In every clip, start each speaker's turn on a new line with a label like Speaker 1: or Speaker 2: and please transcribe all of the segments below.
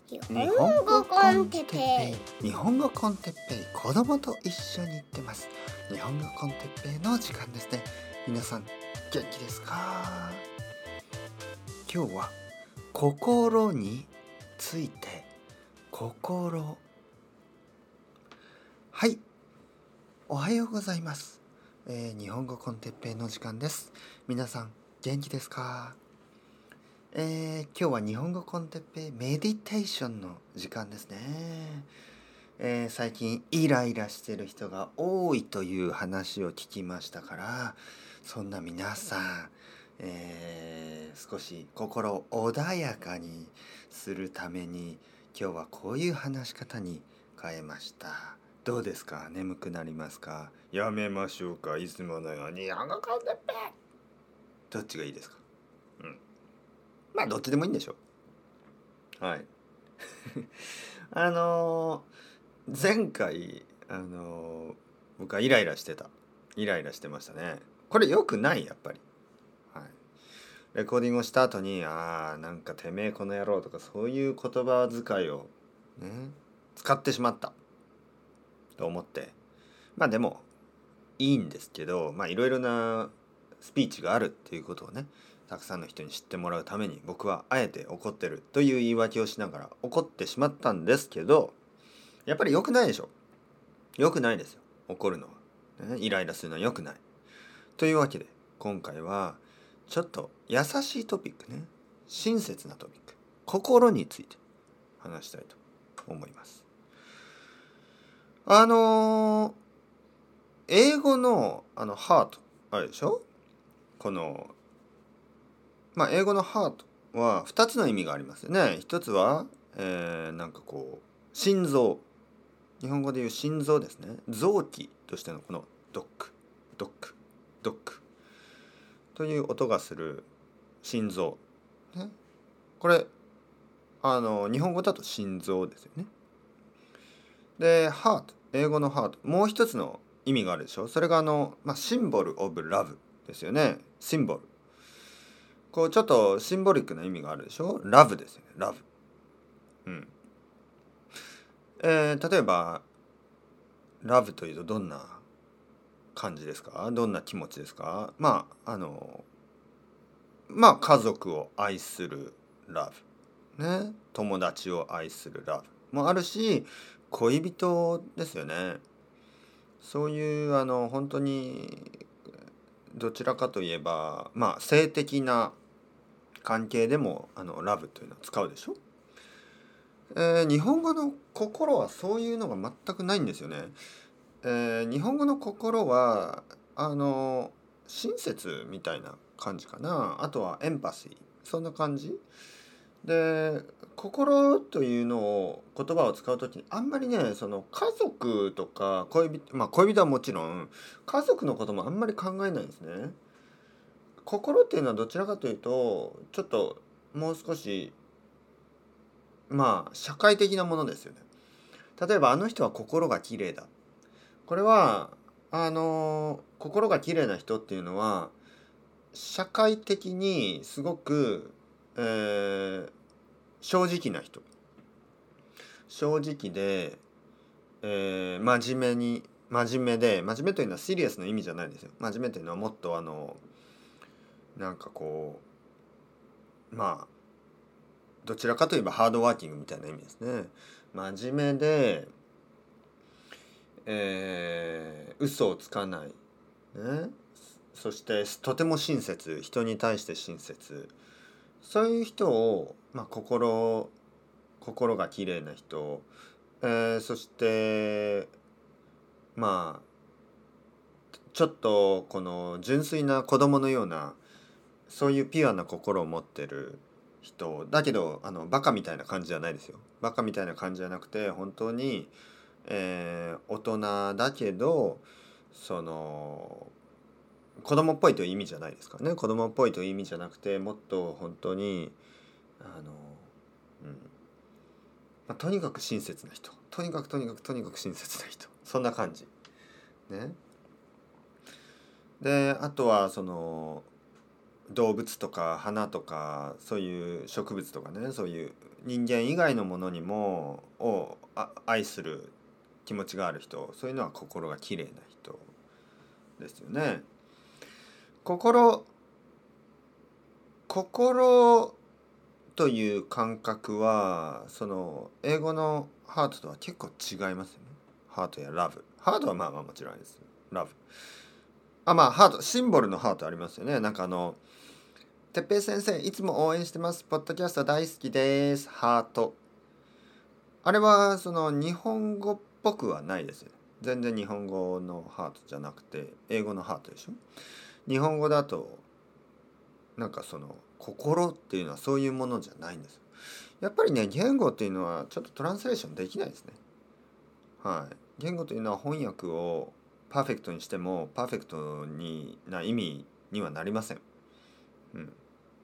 Speaker 1: 日本語コンテッペイ、日本語コンテッペイ、子供と一緒に行ってます。日本語コンテッペイの時間ですね。皆さん元気ですか？今日は心について。心、はい、おはようございます。日本語コンテッペイの時間です。皆さん元気ですか？今日は日本語コンテッペイメディテーションの時間ですね。最近イライラしてる人が多いという話を聞きましたから、そんな皆さん、少し心を穏やかにするために今日はこういう話し方に変えました。どうですか？眠くなりますか？やめましょうか？いつものように日本語コンテッペイ、どっちがいいですか？まあどっちでもいいんでしょう。はい。前回僕はイライラしてましたね。これ良くない、やっぱり。はい。レコーディングをした後になんかてめえこの野郎とかそういう言葉遣いをね使ってしまったと思って、まあでもいいんですけど、まあいろいろなスピーチがあるっていうことをね、たくさんの人に知ってもらうために僕はあえて怒ってるという言い訳をしながら怒ってしまったんですけど、やっぱり良くないでしょ。良くないですよ、怒るのは、ね、イライラするのは良くない。というわけで今回はちょっと優しいトピックね、親切なトピック、心について話したいと思います。英語のハートあるでしょ。この英語のハートは2つの意味がありますよね。一つは、なんかこう心臓、日本語でいう心臓ですね。臓器としてのこのドックドックドックという音がする心臓、ね、これ日本語だと心臓ですよね。でハート、英語のハート、もう一つの意味があるでしょ。それがシンボルオブラブですよね。シンボル、こうちょっとシンボリックな意味があるでしょ。ラブですよね、ラブ。例えばラブというとどんな感じですか？どんな気持ちですか？家族を愛するラブ、ね、友達を愛するラブもあるし、恋人ですよね。そういう本当にどちらかといえば性的な関係でもラブというのは使うでしょ。日本語の心はそういうのが全くないんですよね。日本語の心は親切みたいな感じかな。あとはエンパシー、そんな感じで、心というのを言葉を使うときにあんまりね、その家族とか恋人、恋人はもちろん家族のこともあんまり考えないんですね。心っていうのはどちらかというとちょっともう少し社会的なものですよね。例えばあの人は心が綺麗だ、これは心が綺麗な人っていうのは社会的にすごく、正直な人、正直で、真面目で、真面目というのはシリアスの意味じゃないですよ。真面目というのはもっとなんかこうどちらかといえばハードワーキングみたいな意味ですね。真面目で、嘘をつかない、ね、そしてとても親切、人に対して親切、そういう人を、心が綺麗な人、そしてちょっとこの純粋な子供のような、そういうピュアな心を持ってる人だけどバカみたいな感じじゃないですよ。バカみたいな感じじゃなくて本当に、大人だけどその子供っぽいという意味じゃないですかね。子供っぽいという意味じゃなくて、もっと本当にとにかく親切な人、とにかく親切な人、そんな感じね。であとは動物とか花とかそういう植物とかね、そういう人間以外のものにも愛する気持ちがある人、そういうのは心が綺麗な人ですよね。心心という感覚はその英語のハートとは結構違いますよね。ハートやラブ。ハートはまあまあもちろんです。ラブ。まあハート、シンボルのハートありますよね。なんかてっぺい先生いつも応援してます。ポッドキャスト大好きです。ハート。あれはその日本語っぽくはないですよね。全然日本語のハートじゃなくて英語のハートでしょ。日本語だとなんかその心っていうのはそういうものじゃないんですよ。やっぱりね、言語っていうのはちょっとトランスレーションできないですね。はい。言語というのは翻訳をパーフェクトにしてもパーフェクトな意味にはなりません。うん。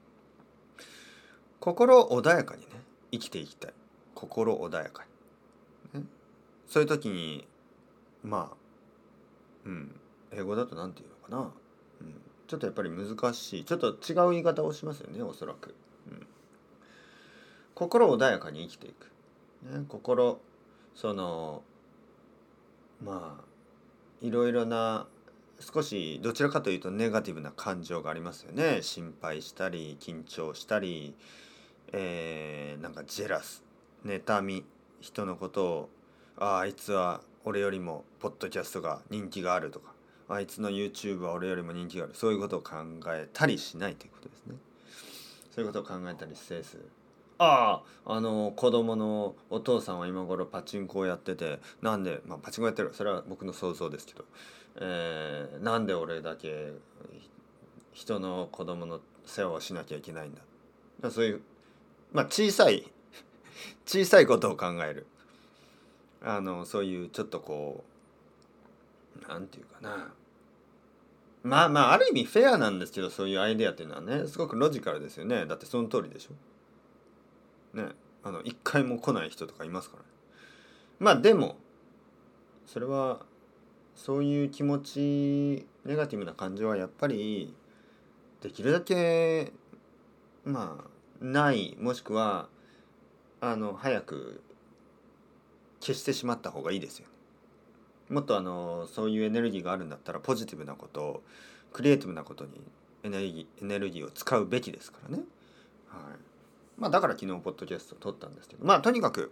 Speaker 1: 心穏やかにね、生きていきたい。心穏やかに。ね、そういう時に、まあ、うん、英語だと何て言うのかな。うん、ちょっとやっぱり難しい。ちょっと違う言い方をしますよね、おそらく。うん、心穏やかに生きていく。ね、その、まあ、いろいろな、少しどちらかというとネガティブな感情がありますよね。心配したり、緊張したり、なんかジェラス、妬み、人のことを、あいつは俺よりもポッドキャストが人気があるとか、あいつの YouTube は俺よりも人気がある、そういうことを考えたりしないということですね。そういうことを考えたりせず、子供のお父さんは今頃パチンコをやってて、なんで、まあパチンコやってる、それは僕の想像ですけど、なんで俺だけ人の子供の世話をしなきゃいけないんだ。そういう、まあ小さいことを考える。そういうちょっとこう、なんていうかな。まあまあ、ある意味フェアなんですけど、そういうアイデアっていうのはね、すごくロジカルですよね。だってその通りでしょ。ね。一回も来ない人とかいますからね。まあでも、それは、そういう気持ち、ネガティブな感情はやっぱり、できるだけ、まあ、ない、もしくは、早く消してしまった方がいいですよね。もっとそういうエネルギーがあるんだったらポジティブなことをクリエイティブなことにエネルギーを使うべきですからね。はい。まあだから昨日ポッドキャスト撮ったんですけど、まあとにかく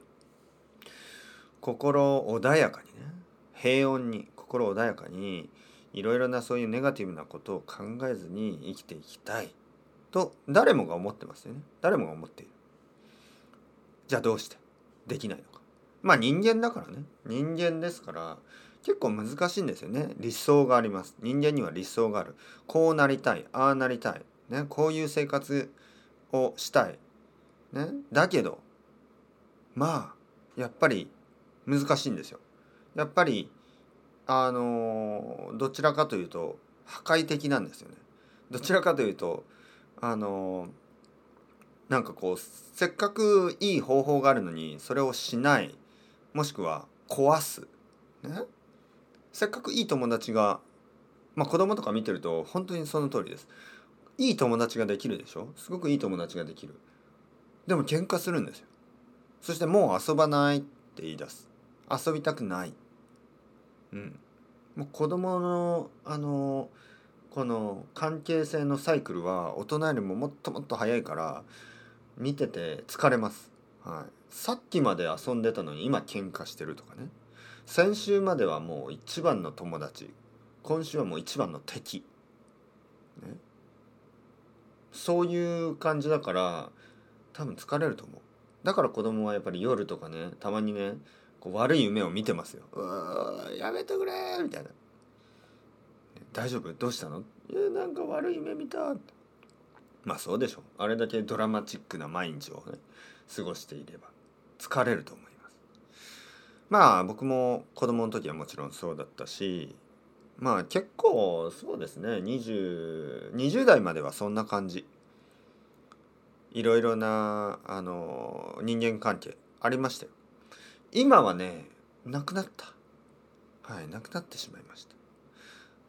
Speaker 1: 心穏やかにね、平穏に心穏やかにいろいろなそういうネガティブなことを考えずに生きていきたいと誰もが思ってますよね。誰もが思っている。じゃあどうしてできないのか。まあ人間だからね。人間ですから結構難しいんですよね。理想があります。人間には理想がある。こうなりたい。ああなりたい。ね。こういう生活をしたい。ね。だけど、まあ、やっぱり難しいんですよ。やっぱり、どちらかというと破壊的なんですよね。どちらかというと、あのーなんかこう、せっかくいい方法があるのに、それをしない。もしくは壊す。ね。せっかくいい友達が、まあ子供とか見てると本当にその通りです。いい友達ができるでしょ。すごくいい友達ができる。でも喧嘩するんですよ。そしてもう遊ばないって言い出す。遊びたくない。うん。もう子供のこの関係性のサイクルは大人よりももっともっと早いから見てて疲れます。はい。さっきまで遊んでたのに今喧嘩してるとかね。先週まではもう一番の友達。今週はもう一番の敵。ね。そういう感じだから多分疲れると思う。だから子供はやっぱり夜とかね、たまにね、こう悪い夢を見てますよ。やめてくれーみたいな。大丈夫どうしたの？いや、なんか悪い夢見た。まあそうでしょ。あれだけドラマチックな毎日をね、過ごしていれば疲れると思います。まあ僕も子供の時はもちろんそうだったし、まあ結構そうですね、20代まではそんな感じ。いろいろな人間関係ありましたよ。今はね、なくなった。はい、なくなってしまいました。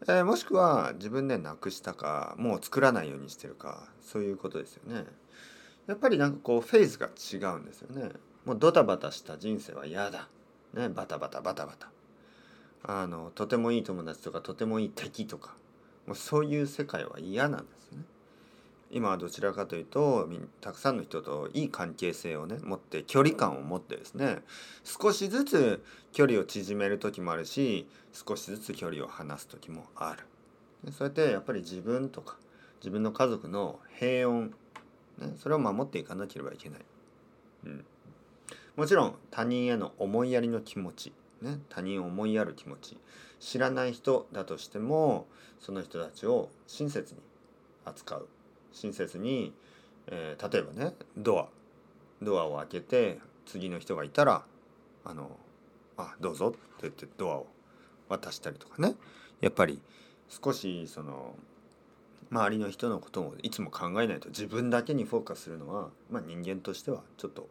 Speaker 1: もしくは自分でなくしたかもう作らないようにしてるか、そういうことですよね。やっぱりなんかこうフェーズが違うんですよね。もうドタバタした人生は嫌だ、ね、バタバタバタバタ、とてもいい友達とかとてもいい敵とか、もうそういう世界は嫌なんですよね。今はどちらかというとたくさんの人といい関係性をね持って、距離感を持ってですね、少しずつ距離を縮める時もあるし、少しずつ距離を離す時もある。そうやってやっぱり自分とか自分の家族の平穏、ね、それを守っていかなければいけない。うん、もちろん他人への思いやりの気持ち、ね、他人を思いやる気持ち、知らない人だとしてもその人たちを親切に扱う、親切に、例えばねドアを開けて次の人がいたらどうぞって言ってドアを渡したりとかね。やっぱり少しその周りの人のことをいつも考えないと自分だけにフォーカスするのは、人間としてはちょっと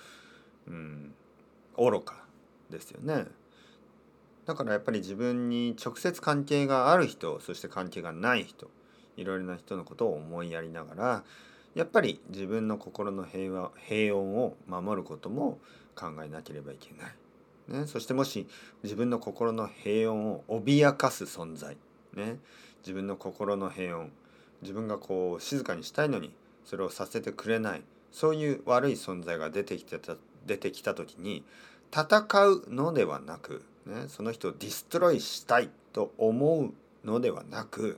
Speaker 1: 愚かですよね。だからやっぱり自分に直接関係がある人、そして関係がない人、いろいろな人のことを思いやりながら、やっぱり自分の心の平穏を守ることも考えなければいけない、ね、そしてもし自分の心の平穏を脅かす存在、ね、自分の心の平穏、自分がこう静かにしたいのにそれをさせてくれない、そういう悪い存在が出てきた時に、戦うのではなく、ね、その人をディストロイしたいと思うのではなく、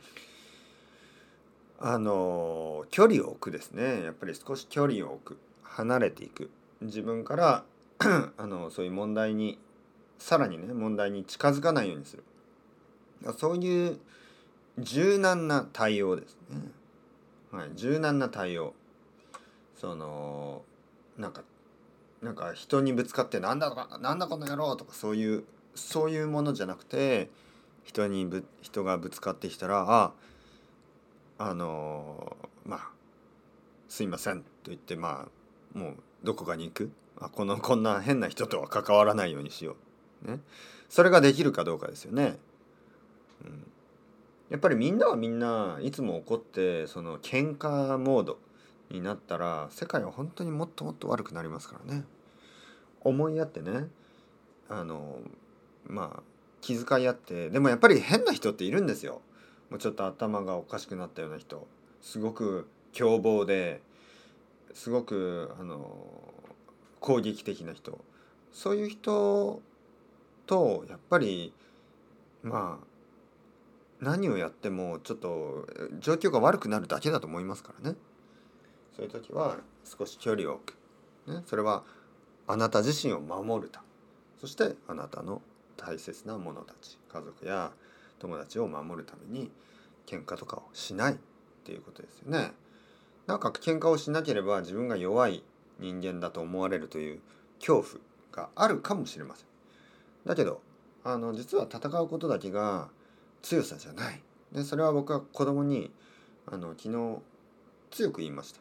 Speaker 1: 距離を置くですね。やっぱり少し距離を置く、離れていく、自分からそういう問題にさらにね問題に近づかないようにする、そういう柔軟な対応ですね。はい、柔軟な対応。そのなんか人にぶつかってなんだとかなんだこの野郎とかそういうものじゃなくて、人がぶつかってきたらすいませんと言って、もうどこかに行く、こんな変な人とは関わらないようにしよう、ね、それができるかどうかですよね。やっぱりみんなはみんないつも怒ってその喧嘩モードになったら世界は本当にもっともっと悪くなりますからね。思いやってね、あの気遣い合って、でもやっぱり変な人っているんですよ。もうちょっと頭がおかしくなったような人、すごく凶暴ですごく攻撃的な人、そういう人とやっぱり何をやってもちょっと状況が悪くなるだけだと思いますからね。そういう時は少し距離を置く、ね、それはあなた自身を守るため、そしてあなたの大切な者たち、家族や友達を守るために喧嘩とかをしないっていうことですよね。なんか喧嘩をしなければ自分が弱い人間だと思われるという恐怖があるかもしれません。だけど実は戦うことだけが強さじゃない。でそれは僕は子供に昨日強く言いました。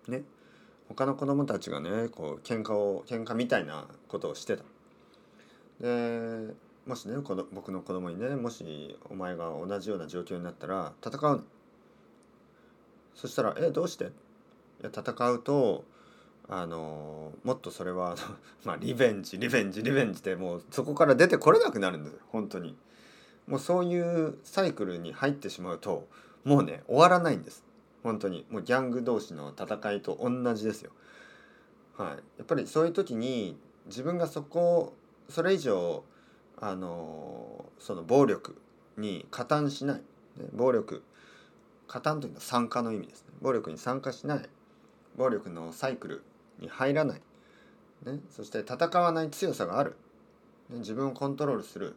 Speaker 1: ね。他の子供たちがねこう喧嘩みたいなことをしてた。でもしね僕の子供にね、もしお前が同じような状況になったら戦うの。そしたらどうして？いや戦うともっとそれはリベンジってもうそこから出てこれなくなるんですよ本当に。もうそういうサイクルに入ってしまうともうね終わらないんです。本当にもうギャング同士の戦いと同じですよ。はい、やっぱりそういう時に自分がそれ以上その暴力に加担しない、ね、加担というのは参加の意味ですね。暴力に参加しない、暴力のサイクルに入らない、ね、そして戦わない強さがある、ね、自分をコントロールする、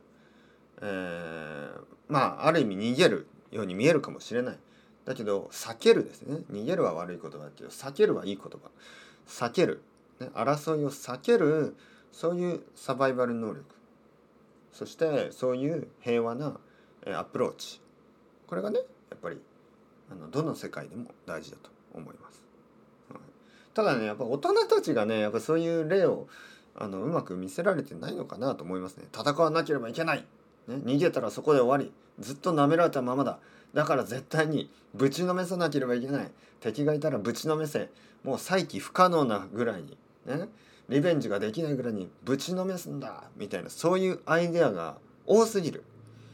Speaker 1: ある意味逃げるように見えるかもしれない。だけど避けるですね。逃げるは悪い言葉だけど避けるはいい言葉。避ける、ね、争いを避ける、そういうサバイバル能力、そしてそういう平和なアプローチ、これがねやっぱりどの世界でも大事だと思います。ただねやっぱ大人たちがねやっぱそういう例をうまく見せられてないのかなと思いますね。戦わなければいけない、 ね、逃げたらそこで終わり。ずっと舐められたままだ。だから絶対にぶちのめさなければいけない。敵がいたらぶちのめせ。もう再起不可能なぐらいにね、リベンジができないぐらいにぶちのめすんだみたいな、そういうアイデアが多すぎる。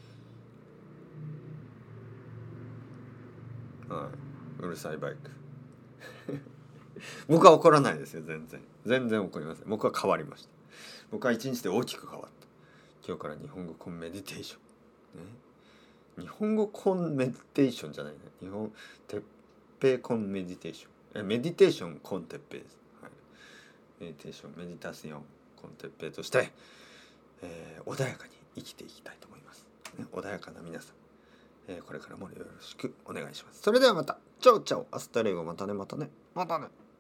Speaker 1: はい、うるさいバイク僕は怒らないですよ。全然怒りません。僕は変わりました。僕は一日で大きく変わった。今日から日本語コンメディテーション、ね、日本語コンメディテーションじゃないね。日本鉄平コンメディテーション。メディテーションコン鉄平です。はい、メディテーションメディターションコン鉄平として、穏やかに生きていきたいと思います。ね、穏やかな皆さん、これからもよろしくお願いします。それではまた。チャオチャオ。アスタレゴ。またねまたね。またね。